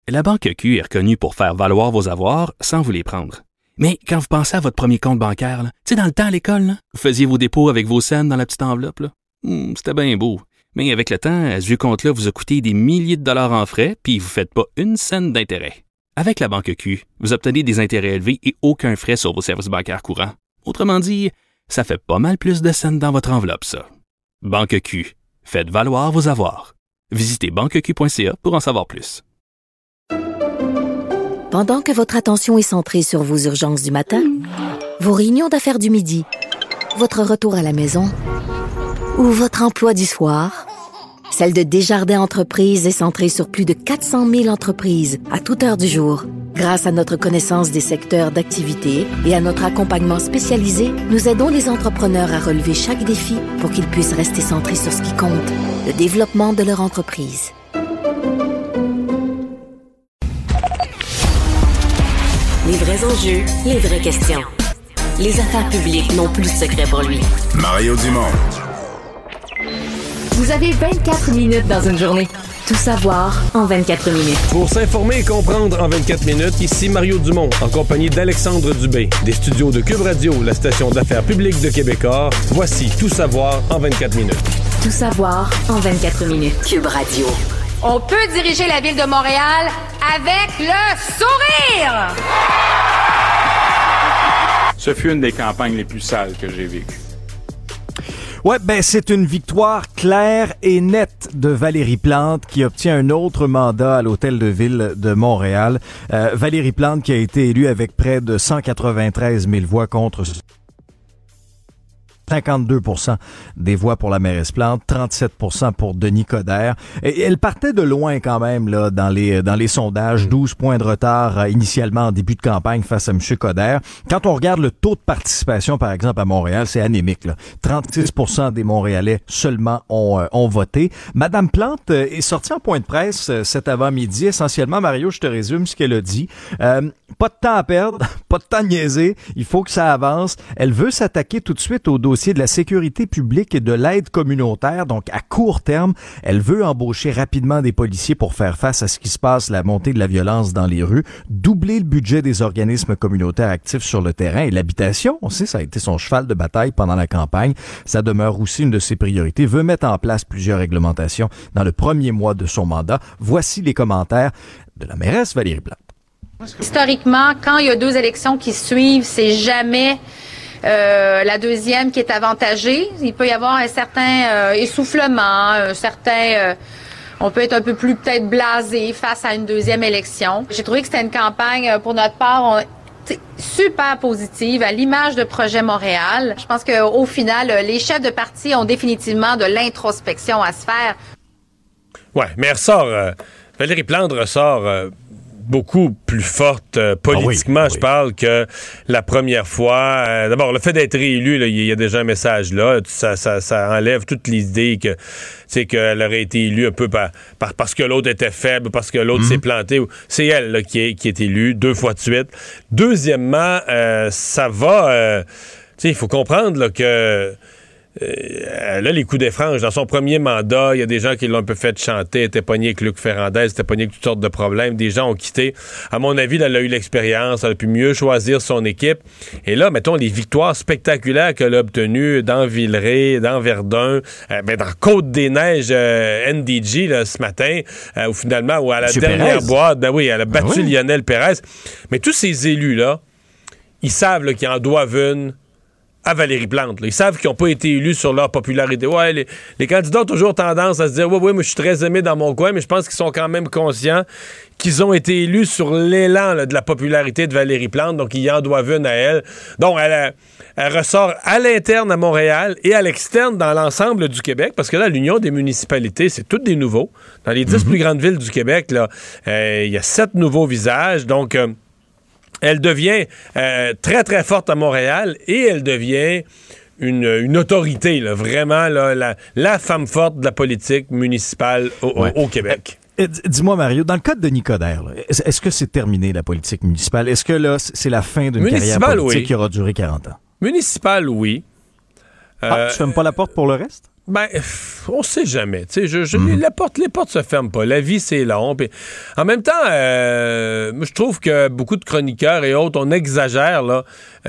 La Banque Q est reconnue pour faire valoir vos avoirs sans vous les prendre. Mais quand vous pensez à votre premier compte bancaire, tu sais, dans le temps à l'école, là, vous faisiez vos dépôts avec vos scènes dans la petite enveloppe. Là. C'était bien beau. Mais avec le temps, ce vieux compte-là vous a coûté des milliers de dollars en frais, puis vous ne faites pas une scène d'intérêt. Avec la Banque Q, vous obtenez des intérêts élevés et aucun frais sur vos services bancaires courants. Autrement dit, ça fait pas mal plus de scènes dans votre enveloppe, ça. Banque Q. Faites valoir vos avoirs. Visitez banqueq.ca pour en savoir plus. Pendant que votre attention est centrée sur vos urgences du matin, vos réunions d'affaires du midi, votre retour à la maison ou votre emploi du soir, celle de Desjardins Entreprises est centrée sur plus de 400 000 entreprises à toute heure du jour. Grâce à notre connaissance des secteurs d'activité et à notre accompagnement spécialisé, nous aidons les entrepreneurs à relever chaque défi pour qu'ils puissent rester centrés sur ce qui compte, le développement de leur entreprise. Les vrais enjeux, les vraies questions. Les affaires publiques n'ont plus de secret pour lui. Mario Dumont. Vous avez 24 minutes dans une journée. Tout savoir en 24 minutes. Pour s'informer et comprendre en 24 minutes, ici Mario Dumont, en compagnie d'Alexandre Dubé, des studios de Cube Radio, la station d'affaires publiques de Québécois. Voici Tout savoir en 24 minutes. Tout savoir en 24 minutes. Cube Radio. On peut diriger la ville de Montréal avec le sourire! Ce fut une des campagnes les plus sales que j'ai vécues. Ouais, c'est une victoire claire et nette de Valérie Plante qui obtient un autre mandat à l'Hôtel de Ville de Montréal. Valérie Plante qui a été élue avec près de 193 000 voix contre 52% des voix pour la mairesse Plante, 37% pour Denis Coderre. Et elle partait de loin quand même là dans les sondages, 12 points de retard initialement en début de campagne face à M. Coderre. Quand on regarde le taux de participation, par exemple, à Montréal, c'est anémique, là. 36% des Montréalais seulement ont voté. Madame Plante est sortie en point de presse cet avant-midi. Essentiellement, Mario, je te résume ce qu'elle a dit. Pas de temps à perdre, pas de temps à niaiser, il faut que ça avance. Elle veut s'attaquer tout de suite au dossier de la sécurité publique et de l'aide communautaire. Donc, à court terme, elle veut embaucher rapidement des policiers pour faire face à ce qui se passe, la montée de la violence dans les rues, doubler le budget des organismes communautaires actifs sur le terrain et l'habitation. On sait, ça a été son cheval de bataille pendant la campagne. Ça demeure aussi une de ses priorités. Veut mettre en place plusieurs réglementations dans le premier mois de son mandat. Voici les commentaires de la mairesse Valérie Plante. Historiquement, quand il y a deux élections qui suivent, c'est jamais la deuxième qui est avantagée. Il peut y avoir un certain essoufflement, un certain... on peut être un peu plus peut-être blasé face à une deuxième élection. J'ai trouvé que c'était une campagne, pour notre part, super positive, à l'image de Projet Montréal. Je pense qu'au final, les chefs de parti ont définitivement de l'introspection à se faire. Ouais, mais Valérie Plante ressort... beaucoup plus forte politiquement, je parle, que la première fois. D'abord, le fait d'être réélu, il y a déjà un message là. Ça enlève toute l'idée que c'est qu'elle aurait été élue un peu parce que l'autre était faible, parce que l'autre s'est planté. C'est elle là, qui est élue 2 fois de suite. Deuxièmement, ça va... il faut comprendre là, que... elle a les coups des franges. Dans son premier mandat, il y a des gens qui l'ont un peu fait chanter. Elle était pognée avec Luc Ferrandez, elle était pognée avec toutes sortes de problèmes. Des gens ont quitté. À mon avis, elle a eu l'expérience, elle a pu mieux choisir son équipe. Et là, mettons, les victoires spectaculaires qu'elle a obtenues dans Villeray, dans Verdun, dans Côte-des-Neiges, NDG, là, ce matin, où finalement, à la dernière boîte, elle a battu Lionel Pérez. Mais tous ces élus-là, ils savent là, qu'ils en doivent une à Valérie Plante. Là. Ils savent qu'ils n'ont pas été élus sur leur popularité. Ouais, les candidats ont toujours tendance à se dire « Oui, moi, je suis très aimé dans mon coin », mais je pense qu'ils sont quand même conscients qu'ils ont été élus sur l'élan là, de la popularité de Valérie Plante, donc ils en doivent une à elle. Donc, elle ressort à l'interne à Montréal et à l'externe dans l'ensemble du Québec, parce que là, l'Union des municipalités, c'est toutes des nouveaux. Dans les 10 plus grandes villes du Québec, il y a 7 nouveaux visages, donc... elle devient très, très forte à Montréal et elle devient une autorité, là, vraiment là, la femme forte de la politique municipale au Québec. Dis-moi, Mario, dans le cas de Denis Coderre, est-ce que c'est terminé, la politique municipale? Est-ce que là, c'est la fin d'une carrière politique qui aura duré 40 ans? Municipale, oui. Tu fermes pas la porte pour le reste? Ben, on sait jamais. Tu sais, les portes se ferment pas. La vie, c'est long. Puis, en même temps, moi, je trouve que beaucoup de chroniqueurs et autres, on exagère là,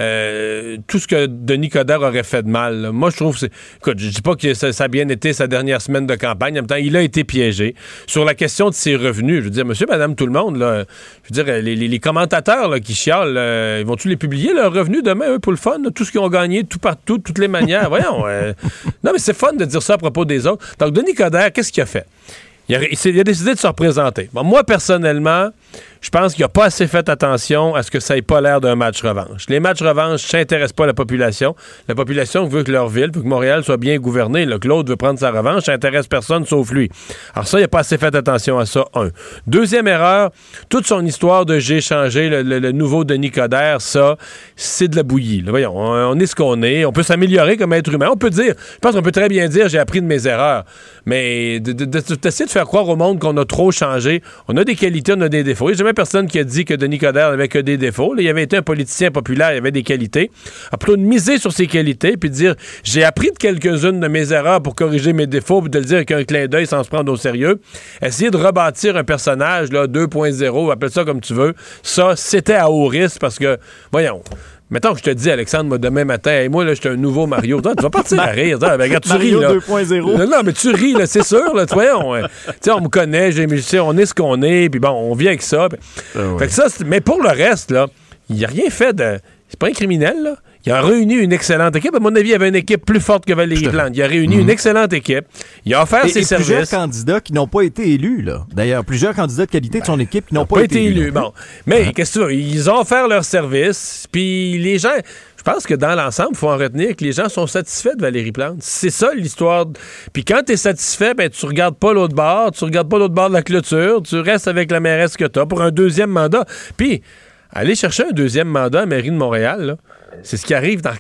tout ce que Denis Coderre aurait fait de mal. Là. Moi, je trouve que écoute, je dis pas que ça a bien été sa dernière semaine de campagne. En même temps, il a été piégé. Sur la question de ses revenus, je veux dire, monsieur, madame, tout le monde, là, je veux dire, les commentateurs là, qui chialent, ils vont-tu les publier, leurs revenus, demain, eux, pour le fun? Là, tout ce qu'ils ont gagné, tout partout, toutes les manières. Voyons. Non, mais c'est fun de dire ça à propos des autres. Donc, Denis Coderre, qu'est-ce qu'il a fait? Il a décidé de se représenter. Bon, moi, personnellement, je pense qu'il n'a pas assez fait attention à ce que ça n'ait pas l'air d'un match revanche. Les matchs revanche, ça n'intéresse pas la population. La population veut que leur ville, veut que Montréal soit bien gouverné. Là, que l'autre veut prendre sa revanche, ça n'intéresse personne sauf lui. Alors ça, il n'a pas assez fait attention à ça, un. Deuxième erreur, toute son histoire de j'ai changé, le nouveau Denis Coderre, ça, c'est de la bouillie. Là, voyons, on est ce qu'on est. On peut s'améliorer comme être humain. On peut dire, je pense qu'on peut très bien dire j'ai appris de mes erreurs. Mais d'essayer de faire croire au monde qu'on a trop changé. On a des qualités, on a des défauts. Il n'y a jamais personne qui a dit que Denis Coderre n'avait que des défauts. Là, il avait été un politicien populaire, il avait des qualités. Alors, plutôt de miser sur ses qualités puis de dire j'ai appris de quelques-unes de mes erreurs pour corriger mes défauts puis de le dire avec un clin d'œil sans se prendre au sérieux. Essayer de rebâtir un personnage là, 2.0, appelle ça comme tu veux. Ça, c'était à haut risque parce que, voyons... Mettons que je te dis, Alexandre, moi, demain matin, hey, moi, là, j'étais un nouveau Mario. Tu vas partir à rire. Ben, regarde, tu ris, là. 2.0. Non, mais tu ris, là, c'est sûr. Là, voyons, on me connaît, on est ce qu'on est, puis bon, on vit avec ça. Fait que ça, mais pour le reste, là, il n'a rien fait de... C'est pas un criminel, là. Il a réuni une excellente équipe. À mon avis, il y avait une équipe plus forte que Valérie Plante. Il a réuni une excellente équipe. Il a offert ses services. Plusieurs candidats qui n'ont pas été élus, là. D'ailleurs, plusieurs candidats de qualité de son équipe qui n'ont pas été élus. Bon. Mais qu'est-ce que tu veux? Ils ont offert leurs services. Puis les gens... Je pense que dans l'ensemble, il faut en retenir que les gens sont satisfaits de Valérie Plante. C'est ça, l'histoire. Puis quand tu es satisfait, ben, tu regardes pas l'autre bord. Tu regardes pas l'autre bord de la clôture. Tu restes avec la mairesse que tu as pour un deuxième mandat. Puis, aller chercher un deuxième mandat à la mairie de Montréal, là, c'est ce qui arrive dans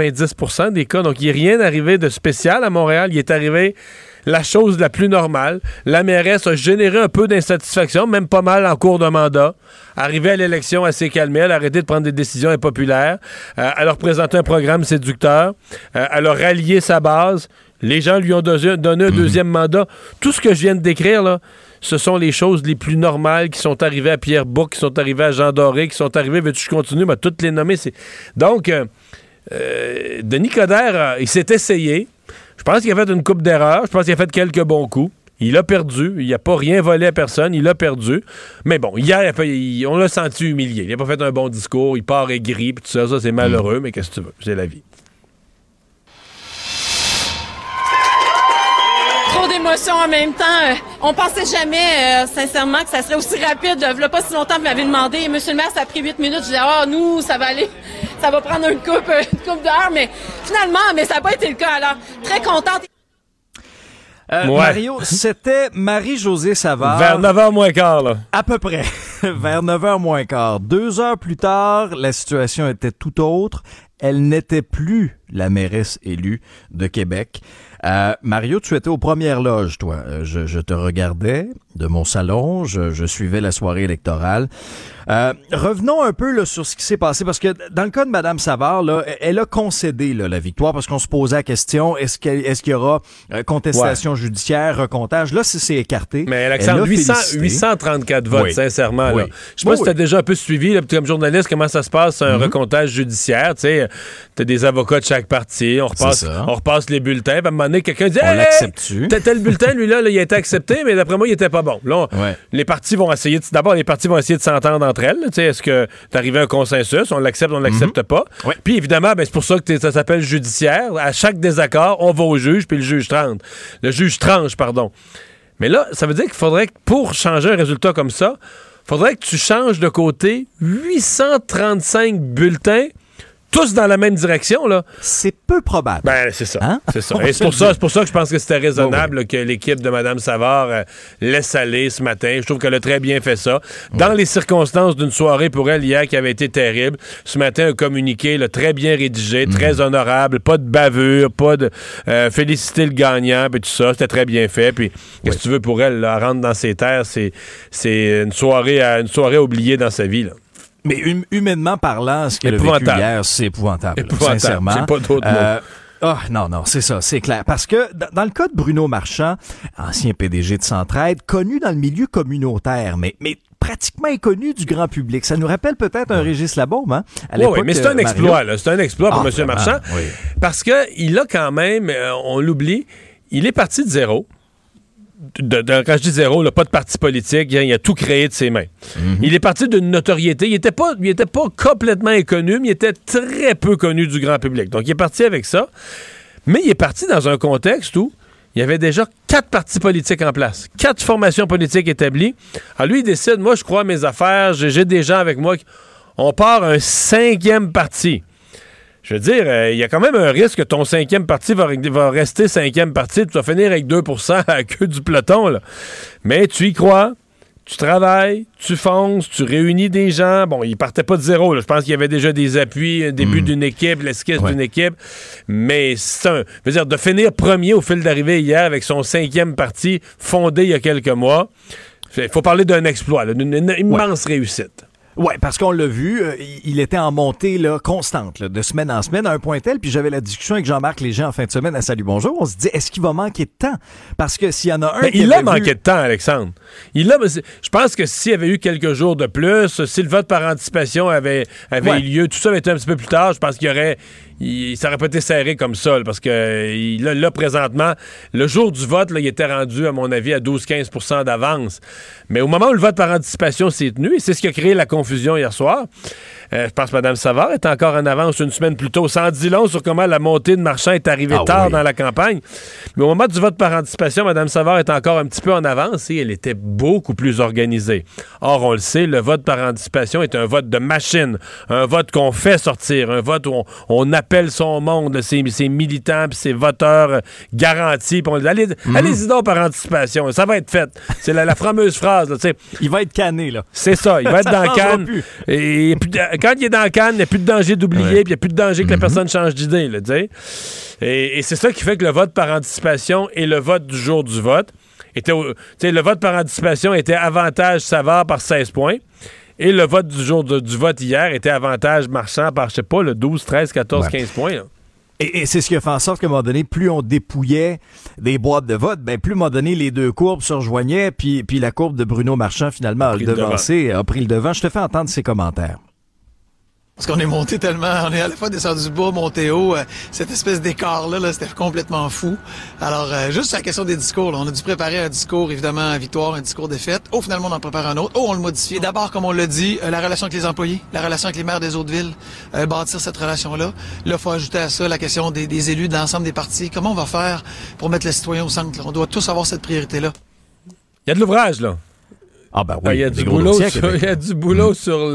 90% des cas. Donc, il n'est rien arrivé de spécial à Montréal. Il est arrivé la chose la plus normale. La mairesse a généré un peu d'insatisfaction, même pas mal en cours de mandat. Arrivée à l'élection, elle s'est calmée. Elle a arrêté de prendre des décisions impopulaires. Elle a représenté un programme séducteur. Elle a rallié sa base. Les gens lui ont donné un deuxième mandat. Tout ce que je viens de décrire, là, ce sont les choses les plus normales qui sont arrivées à Pierre Bouc, qui sont arrivées à Jean Doré, qui sont arrivées, veux-tu que je continue? Ben, toutes les nommer. Donc, Denis Coderre, il s'est essayé. Je pense qu'il a fait une coupe d'erreurs. Je pense qu'il a fait quelques bons coups. Il a perdu. Il n'a pas rien volé à personne. Il a perdu. Mais bon, hier, on l'a senti humilié. Il n'a pas fait un bon discours. Il part aigri. Tout ça, c'est malheureux. Mais qu'est-ce que tu veux? C'est la vie. Trop d'émotions en même temps. On pensait jamais, sincèrement, que ça serait aussi rapide. Il n'y a pas si longtemps, vous m'avez demandé. Monsieur le maire, ça a pris 8 minutes. Je disais, nous, ça va aller. Ça va prendre une coupe d'heure. Mais finalement, ça n'a pas été le cas. Alors, très contente. Mario, c'était Marie-Josée Savard. Vers 9h moins quart, là. À peu près. Vers 9h moins quart. 2 heures plus tard, la situation était tout autre. Elle n'était plus la mairesse élue de Québec. Mario, tu étais aux premières loges, toi. Je te regardais de mon salon. Je suivais la soirée électorale. Revenons un peu là, sur ce qui s'est passé, parce que dans le cas de Mme Savard, là, elle a concédé là, la victoire, parce qu'on se posait la question, est-ce qu'il y aura contestation judiciaire, recomptage? Là, c'est écarté. Mais Alexandre, 834 votes, sincèrement. Oui. Là. Je sais pas si tu as déjà un peu suivi, là, comme journaliste, comment ça se passe, un recomptage judiciaire. Tu sais, t'as des avocats de chaque parti, on repasse les bulletins, puis à un moment donné, quelqu'un dit « On l'accepte-tu? Tel bulletin, lui, là, il a été accepté, mais d'après moi, il était pas bon. » Là, les partis vont essayer de s'entendre entre elles. Est-ce que t'arrives à un consensus? On l'accepte, on l'accepte pas. Ouais. Puis évidemment, c'est pour ça que ça s'appelle judiciaire. À chaque désaccord, on va au juge, puis le juge tranche. Mais là, ça veut dire qu'il faudrait que pour changer un résultat comme ça, faudrait que tu changes de côté 835 bulletins, tous dans la même direction, là. C'est peu probable. Ben, c'est ça. Hein? C'est ça. Et c'est pour ça que je pense que c'était raisonnable que l'équipe de Mme Savard laisse aller ce matin. Je trouve qu'elle a très bien fait ça. Dans les circonstances d'une soirée pour elle hier qui avait été terrible, ce matin, un communiqué là, très bien rédigé, très honorable, pas de bavure, pas de féliciter le gagnant, puis tout ça. C'était très bien fait. Puis, qu'est-ce que tu veux pour elle, là, rentre dans ses terres, c'est une soirée oubliée dans sa vie, là. Mais humainement parlant, ce qu'elle a vécu hier, c'est épouvantable. Sincèrement. J'ai pas d'autre mot. Ah, non, c'est ça, c'est clair. Parce que dans le cas de Bruno Marchand, ancien PDG de Centraide, connu dans le milieu communautaire, mais pratiquement inconnu du grand public. Ça nous rappelle peut-être un Régis Labaume, hein? Oui, mais c'est un exploit, là. C'est un exploit pour M. Marchand. Oui. Parce qu'il a quand même, on l'oublie, il est parti de zéro. Quand je dis zéro, là, pas de parti politique, il a tout créé de ses mains. Mm-hmm. Il est parti d'une notoriété. Il était pas complètement inconnu, mais il était très peu connu du grand public. Donc, il est parti avec ça. Mais il est parti dans un contexte où il y avait déjà 4 partis politiques en place, 4 formations politiques établies. Alors, lui, il décide, moi, je crois à mes affaires, j'ai des gens avec moi. On part un 5e parti. Je veux dire, il y a quand même un risque que ton 5e parti va rester 5e parti. Tu vas finir avec 2% à la queue du peloton, là. Mais tu y crois, tu travailles, tu fonces, tu réunis des gens. Bon, il partait pas de zéro, là. Je pense qu'il y avait déjà des appuis, un début d'une équipe, l'esquisse d'une équipe. Mais je veux dire, de finir premier au fil d'arrivée hier avec son 5e parti fondé il y a quelques mois, il faut parler d'un exploit, là, d'une immense réussite. Oui, parce qu'on l'a vu, il était en montée là, constante, là, de semaine en semaine, à un point tel, puis j'avais la discussion avec Jean-Marc Léger en fin de semaine à Salut Bonjour, on se dit, est-ce qu'il va manquer de temps? Parce que s'il y en a un mais il a manqué de temps, Alexandre. Je pense que s'il y avait eu quelques jours de plus, si le vote par anticipation avait eu lieu, tout ça avait été un petit peu plus tard, je pense qu'il y aurait... ça aurait pas été serré comme ça, là, parce que là, présentement, le jour du vote, là, il était rendu, à mon avis, à 12-15% d'avance. Mais au moment où le vote par anticipation s'est tenu, et c'est ce qui a créé la confusion hier soir, je pense que Mme Savard est encore en avance une semaine plus tôt. Ça en dit long sur comment la montée de Marchand est arrivée tard dans la campagne. Mais au moment du vote par anticipation, Mme Savard est encore un petit peu en avance et elle était beaucoup plus organisée. Or, on le sait, le vote par anticipation est un vote de machine, un vote qu'on fait sortir, un vote où on appelle son monde, ses militants puis ses voteurs garantis. Puis on dit, allez-y donc par anticipation, ça va être fait. C'est la fameuse phrase. Là, il va être canné, là. C'est ça, il va être dans la canne. Et quand il est dans la canne, il n'y a plus de danger d'oublier, puis il n'y a plus de danger que la personne change d'idée. Là, et c'est ça qui fait que le vote par anticipation et le vote du jour du vote, le vote par anticipation était avantage Savard par 16 points. Et le vote du jour du vote hier était avantage Marchand par, je sais pas, le 12, 13, 14, 15 points. Là. Et c'est ce qui a fait en sorte qu'à un moment donné, plus on dépouillait des boîtes de vote, plus à un moment donné, les deux courbes se rejoignaient, puis la courbe de Bruno Marchand, finalement, a pris le devant. Je te fais entendre ses commentaires. Parce qu'on est monté tellement, on est à la fois descendu du bas, monté haut, cette espèce d'écart-là, c'était complètement fou. Alors, juste sur la question des discours, là, on a dû préparer un discours, évidemment, victoire, un discours défaite. Finalement, on en prépare un autre. On le modifie. D'abord, comme on l'a dit, la relation avec les employés, la relation avec les maires des autres villes, bâtir cette relation-là. Là, il faut ajouter à ça la question des élus de l'ensemble des partis. Comment on va faire pour mettre les citoyens au centre? Là? On doit tous avoir cette priorité-là. Il y a de l'ouvrage, là. Ah ben oui, il y a du boulot sur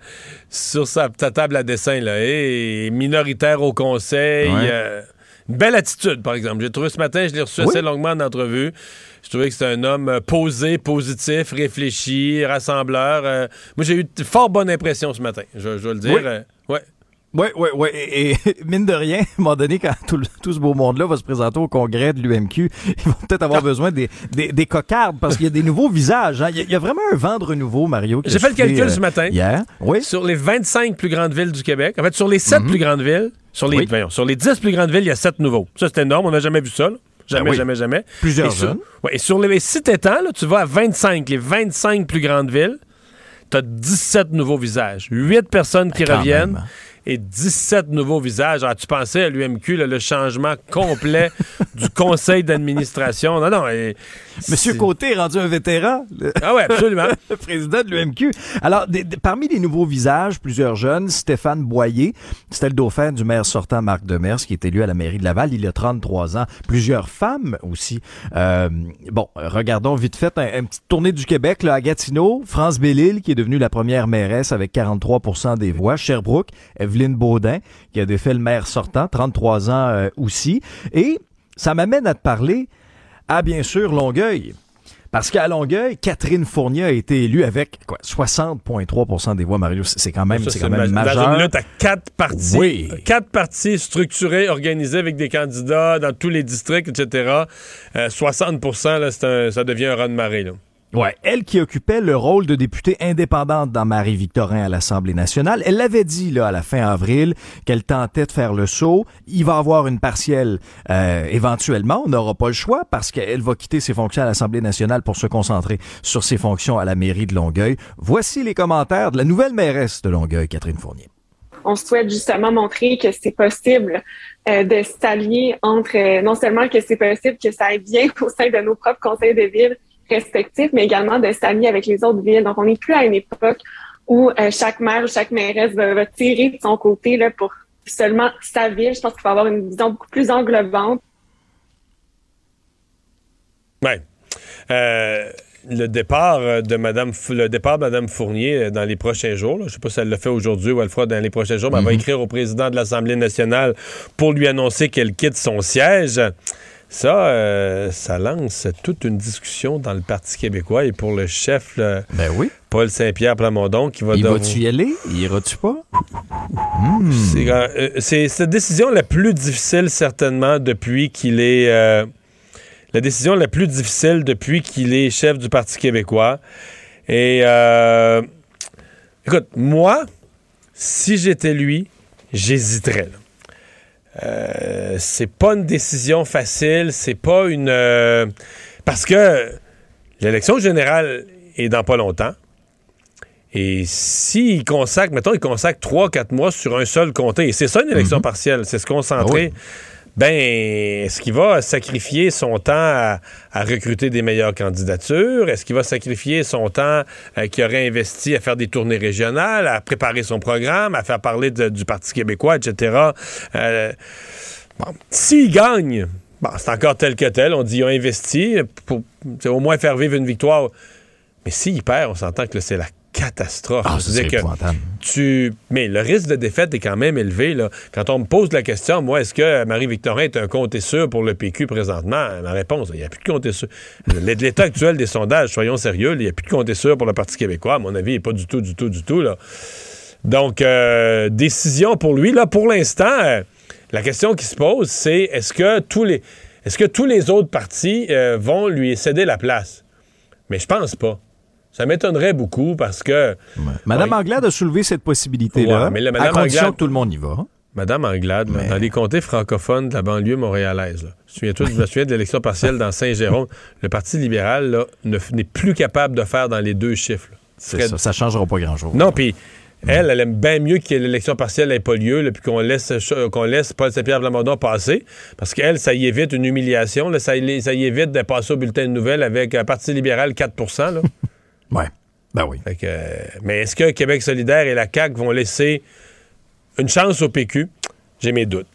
sa table à dessin là, et minoritaire au conseil. Une belle attitude, par exemple. J'ai trouvé ce matin, je l'ai reçu assez longuement en entrevue. Je trouvais que c'était un homme posé, positif, réfléchi, rassembleur. Moi, j'ai eu une fort bonne impression ce matin, je veux le dire. Oui. Et mine de rien, à un moment donné, quand tout ce beau monde-là va se présenter au congrès de l'UMQ, ils vont peut-être avoir besoin des cocardes parce qu'il y a des nouveaux visages. Hein. Il y a vraiment un vent de renouveau, Mario. J'ai fait le calcul ce matin. Hier. Oui. Sur les 25 plus grandes villes du Québec, en fait, sur les 7 plus grandes villes, sur les 10 plus grandes villes, il y a 7 nouveaux. Ça, c'est énorme. On n'a jamais vu ça. Là. Jamais. Plusieurs jeunes. Et sur les 6 étangs, là, tu vas à 25. Les 25 plus grandes villes, tu as 17 nouveaux visages. 8 personnes qui reviennent. Même. Et 17 nouveaux visages. Alors, tu pensais à l'UMQ, là, le changement complet du conseil d'administration. Non. Monsieur Côté est rendu un vétéran. Ah oui, absolument. Le président de l'UMQ. Alors, parmi les nouveaux visages, plusieurs jeunes, Stéphane Boyer, c'était le dauphin du maire sortant Marc Demers, qui est élu à la mairie de Laval il y a 33 ans. Plusieurs femmes aussi. Regardons vite fait une petite tournée du Québec là, à Gatineau. France Bellil, qui est devenue la première mairesse avec 43% des voix. Sherbrooke, Evelyne Baudin, qui a défait le maire sortant, 33 ans aussi. Et ça m'amène à te parler à, bien sûr, Longueuil. Parce qu'à Longueuil, Catherine Fournier a été élue avec 60,3% des voix, Mario. C'est quand même majeur. Dans une lutte à 4 partis. Oui. 4 partis structurés, organisés avec des candidats dans tous les districts, etc. 60%, là, ça devient un raz-de-marée, là. Ouais, elle qui occupait le rôle de députée indépendante dans Marie-Victorin à l'Assemblée nationale. Elle l'avait dit là à la fin avril qu'elle tentait de faire le saut. Il va avoir une partielle éventuellement. On n'aura pas le choix parce qu'elle va quitter ses fonctions à l'Assemblée nationale pour se concentrer sur ses fonctions à la mairie de Longueuil. Voici les commentaires de la nouvelle mairesse de Longueuil, Catherine Fournier. On souhaite justement montrer que c'est possible de s'allier entre non seulement que c'est possible que ça aille bien au sein de nos propres conseils de ville respectifs, mais également de s'allier avec les autres villes. Donc, on n'est plus à une époque où chaque maire ou chaque mairesse va tirer de son côté là, pour seulement sa ville. Je pense qu'il faut avoir une vision beaucoup plus englobante. Ouais. Le départ de Mme Fournier dans les prochains jours, là, je ne sais pas si elle le fait aujourd'hui ou elle le fera dans les prochains jours, mais elle va écrire au président de l'Assemblée nationale pour lui annoncer qu'elle quitte son siège. Ça lance toute une discussion dans le Parti québécois et pour le chef, Paul Saint-Pierre Plamondon, qui va... Va-tu y aller? Iras-tu pas? C'est cette décision la plus difficile, certainement, depuis qu'il est... la décision la plus difficile depuis qu'il est chef du Parti québécois. Et, écoute, moi, si j'étais lui, j'hésiterais, là. C'est pas une décision facile, c'est pas une... parce que l'élection générale est dans pas longtemps. Et s'il consacre, mettons, il consacre 3-4 mois sur un seul comté, et c'est ça une élection partielle, c'est se concentrer... Ah oui. Est-ce qu'il va sacrifier son temps à recruter des meilleures candidatures? Est-ce qu'il va sacrifier son temps qu'il aurait investi à faire des tournées régionales, à préparer son programme, à faire parler du Parti québécois, etc.? S'il gagne, c'est encore tel que tel. On dit qu'il a investi pour au moins faire vivre une victoire. Mais s'il perd, on s'entend que là, c'est la catastrophe. C'est épouvantable. Mais le risque de défaite est quand même élevé, là. Quand on me pose la question, moi, est-ce que Marie-Victorin est un comté sûr pour le PQ présentement? Ma réponse, il n'y a plus de comté sûr. L'état actuel des sondages, soyons sérieux, il n'y a plus de comté sûr pour le Parti québécois. À mon avis, il n'est pas du tout, là. Donc, décision pour lui. Là, pour l'instant, la question qui se pose, c'est est-ce que tous les autres partis vont lui céder la place? Mais je pense pas. Ça m'étonnerait beaucoup parce que... Mme Anglade a soulevé cette possibilité-là, à condition que tout le monde y va. Mme Anglade, dans les comtés francophones de la banlieue montréalaise, là, je me souviens de l'élection partielle dans Saint-Jérôme, le Parti libéral là, n'est plus capable de faire dans les deux chiffres. Ça ne changera pas grand-chose. Non, puis elle aime bien mieux que l'élection partielle n'ait pas lieu, là, puis qu'on laisse Paul Saint-Pierre Plamondon passer, parce qu'elle, ça y évite une humiliation, là, ça y évite de passer au bulletin de nouvelles avec un Parti libéral 4%, là. Ouais, ben oui. Mais est-ce que Québec solidaire et la CAQ vont laisser une chance au PQ? J'ai mes doutes.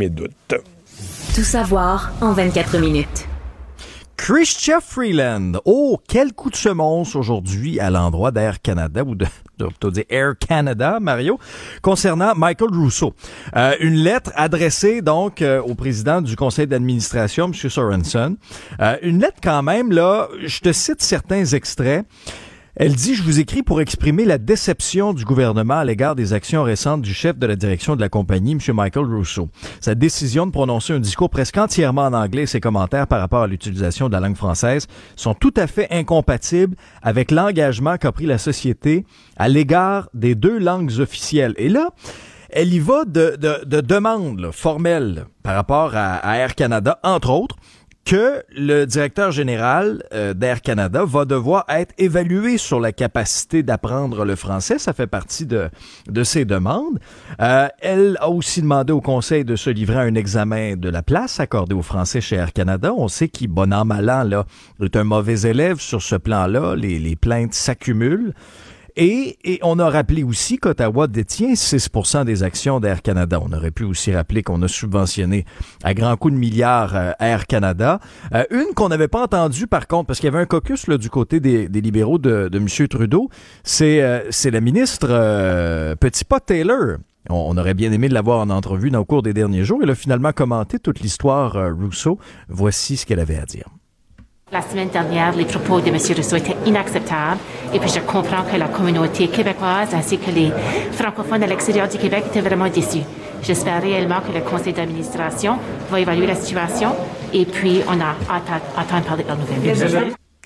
Tout savoir en 24 minutes. Chrystia Freeland. Oh, quel coup de semonce aujourd'hui à l'endroit d'Air Canada, ou de dire Air Canada, Mario, concernant Michael Rousseau. Une lettre adressée donc au président du conseil d'administration, M. Sorensen. Une lettre quand même, là, je te cite certains extraits. Elle dit « Je vous écris pour exprimer la déception du gouvernement à l'égard des actions récentes du chef de la direction de la compagnie, M. Michael Rousseau. Sa décision de prononcer un discours presque entièrement en anglais et ses commentaires par rapport à l'utilisation de la langue française sont tout à fait incompatibles avec l'engagement qu'a pris la société à l'égard des deux langues officielles. » Et là, elle y va de demandes formelles par rapport à Air Canada, entre autres, que le directeur général d'Air Canada va devoir être évalué sur la capacité d'apprendre le français. Ça fait partie de ses demandes. Elle a aussi demandé au conseil de se livrer à un examen de la place accordée aux Français chez Air Canada. On sait qu'il, bon an, mal an, là, est un mauvais élève sur ce plan-là. Les plaintes s'accumulent. Et on a rappelé aussi qu'Ottawa détient 6% des actions d'Air Canada. On aurait pu aussi rappeler qu'on a subventionné à grands coups de milliards Air Canada. Une qu'on n'avait pas entendue par contre, parce qu'il y avait un caucus là, du côté des libéraux de M. Trudeau, c'est la ministre Petitpas-Taylor. On aurait bien aimé l'avoir en entrevue au cours des derniers jours. Elle a finalement commenté toute l'histoire Rousseau. Voici ce qu'elle avait à dire. La semaine dernière, les propos de M. Rousseau étaient inacceptables et puis je comprends que la communauté québécoise ainsi que les francophones à l'extérieur du Québec étaient vraiment déçus. J'espère réellement que le conseil d'administration va évaluer la situation et puis on a hâte à parler de la nouvelle.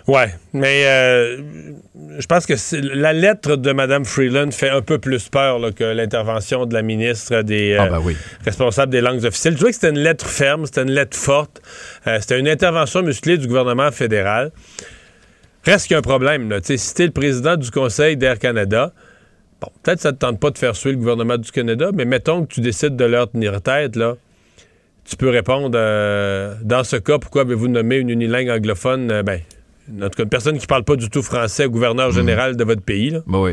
Ouais, mais je pense que la lettre de Mme Freeland fait un peu plus peur là, que l'intervention de la ministre des responsables des langues officielles. Je trouvais que c'était une lettre ferme, c'était une lettre forte, c'était une intervention musclée du gouvernement fédéral. Reste qu'il y a un problème, là. Si t'es le président du Conseil d'Air Canada, bon, peut-être que ça ne te tente pas de faire suer le gouvernement du Canada, mais mettons que tu décides de leur tenir tête, là. Tu peux répondre, dans ce cas, pourquoi avez-vous nommé une unilingue anglophone, en tout cas, une personne qui ne parle pas du tout français, gouverneur général de votre pays, là. Ben oui.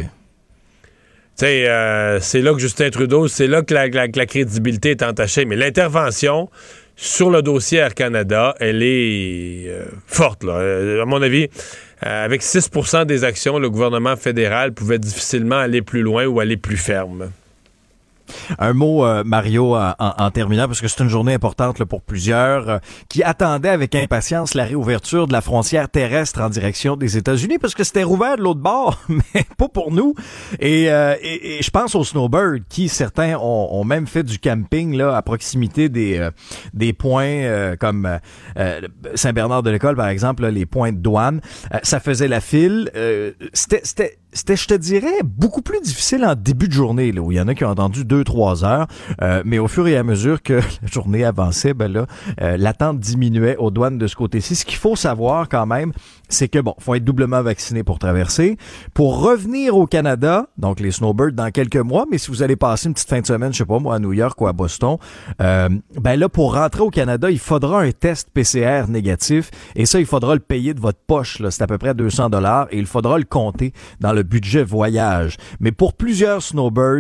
Tu sais, c'est là que Justin Trudeau, c'est là que la crédibilité est entachée. Mais l'intervention sur le dossier Air Canada, elle est forte, là. À mon avis, avec 6% des actions, le gouvernement fédéral pouvait difficilement aller plus loin ou aller plus ferme. Un mot, Mario, en terminant, parce que c'est une journée importante là, pour plusieurs qui attendaient avec impatience la réouverture de la frontière terrestre en direction des États-Unis, parce que c'était rouvert de l'autre bord, mais pas pour nous. Et je pense aux snowbirds qui, certains, ont même fait du camping là à proximité des points comme Saint-Bernard-de-l'École, par exemple, là, les points de douane. Ça faisait la file. C'était, je te dirais, beaucoup plus difficile en début de journée, là, où il y en a qui ont attendu 2-3 heures, mais au fur et à mesure que la journée avançait, l'attente diminuait aux douanes de ce côté-ci. Ce qu'il faut savoir quand même, c'est que, faut être doublement vacciné pour traverser. Pour revenir au Canada, donc les snowbirds dans quelques mois, mais si vous allez passer une petite fin de semaine, je sais pas moi, à New York ou à Boston, là, pour rentrer au Canada, il faudra un test PCR négatif, et ça, il faudra le payer de votre poche, là. C'est à peu près 200$, et il faudra le compter dans le budget voyage. Mais pour plusieurs snowbirds,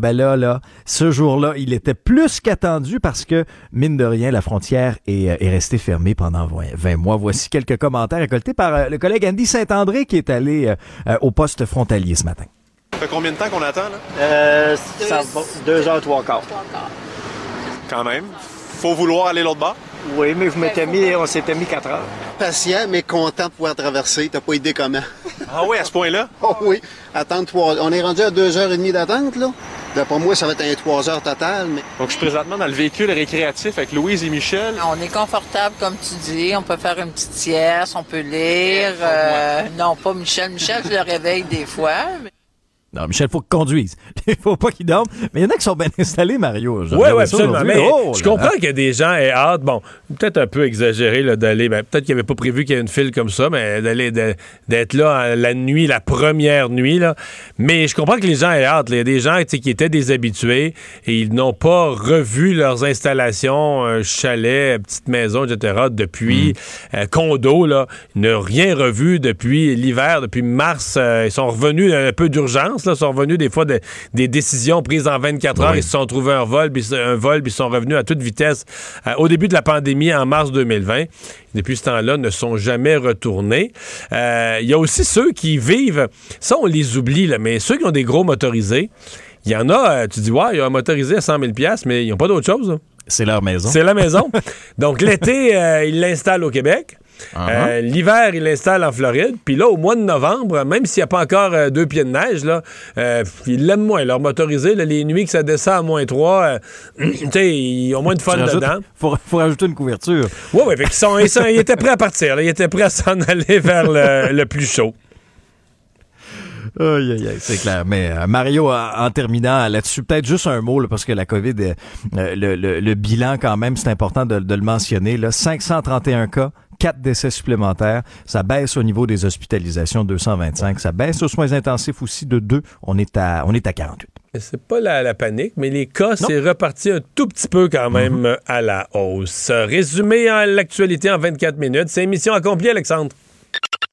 ce jour-là, il était plus qu'attendu parce que, mine de rien, la frontière est restée fermée pendant 20 mois. Voici quelques commentaires récoltés par le collègue Andy Saint-André qui est allé au poste frontalier ce matin. Ça fait combien de temps qu'on attend, là? Ça va 2h03. Quand même. Faut vouloir aller l'autre bord? Oui, mais on s'était mis 4 heures. Patient, mais content de pouvoir traverser. T'as pas idée comment. Ah oui, à ce point-là? Oh oui. Attendre 3... On est rendu à 2h30 d'attente, là. D'après moi, ça va être un 3 heures total. Mais... Donc, je suis présentement dans le véhicule récréatif avec Louise et Michel. On est confortable, comme tu dis. On peut faire une petite sieste, on peut lire. Non, pas Michel. Michel, je le réveille des fois. Mais... Non, Michel, faut qu'il conduise. Il faut pas qu'il dorme. Mais il y en a qui sont bien installés, Mario. Oui, absolument. Mais je comprends qu'il y a des gens aient hâte. Bon, peut-être un peu exagéré là, d'aller. Peut-être qu'ils n'avaient pas prévu qu'il y ait une file comme ça, mais d'être là la nuit, la première nuit. Là. Mais je comprends que les gens aient hâte. Il y a des gens qui étaient déshabitués et ils n'ont pas revu leurs installations, chalet, petite maison, etc. depuis condo. Là. Ils n'ont rien revu depuis l'hiver, depuis mars. Ils sont revenus un peu d'urgence. Là, sont revenus des fois des décisions prises en 24 heures. Ils se sont trouvés un vol, puis ils sont revenus à toute vitesse au début de la pandémie en mars 2020. Depuis ce temps-là, ne sont jamais retournés. Il y a aussi ceux qui vivent, ça on les oublie, là, mais ceux qui ont des gros motorisés, il y en a, tu dis, ouais, il y a un motorisé à 100 000 $, mais ils n'ont pas d'autre chose. Là. C'est leur maison. C'est la maison. Donc l'été, ils l'installent au Québec. L'hiver, il l'installe en Floride. Puis là, au mois de novembre, même s'il n'y a pas encore 2 pieds de neige, là, ils l'aiment moins. Leur motorisé, là, les nuits que ça descend à -3, ils ont moins de fun dedans. Faut rajouter une couverture. Oui, ils étaient prêts à partir. Là. Ils étaient prêts à s'en aller vers le plus chaud. C'est clair. Mais Mario, en terminant là-dessus, peut-être juste un mot, là, parce que la COVID, le bilan quand même, c'est important de le mentionner. Là, 531 cas, 4 décès supplémentaires. Ça baisse au niveau des hospitalisations, 225. Ça baisse aux soins intensifs aussi de 2. On est à 48. C'est pas la panique, mais les cas, c'est reparti un tout petit peu quand même à la hausse. Résumé à l'actualité en 24 minutes. C'est émission accomplie, Alexandre.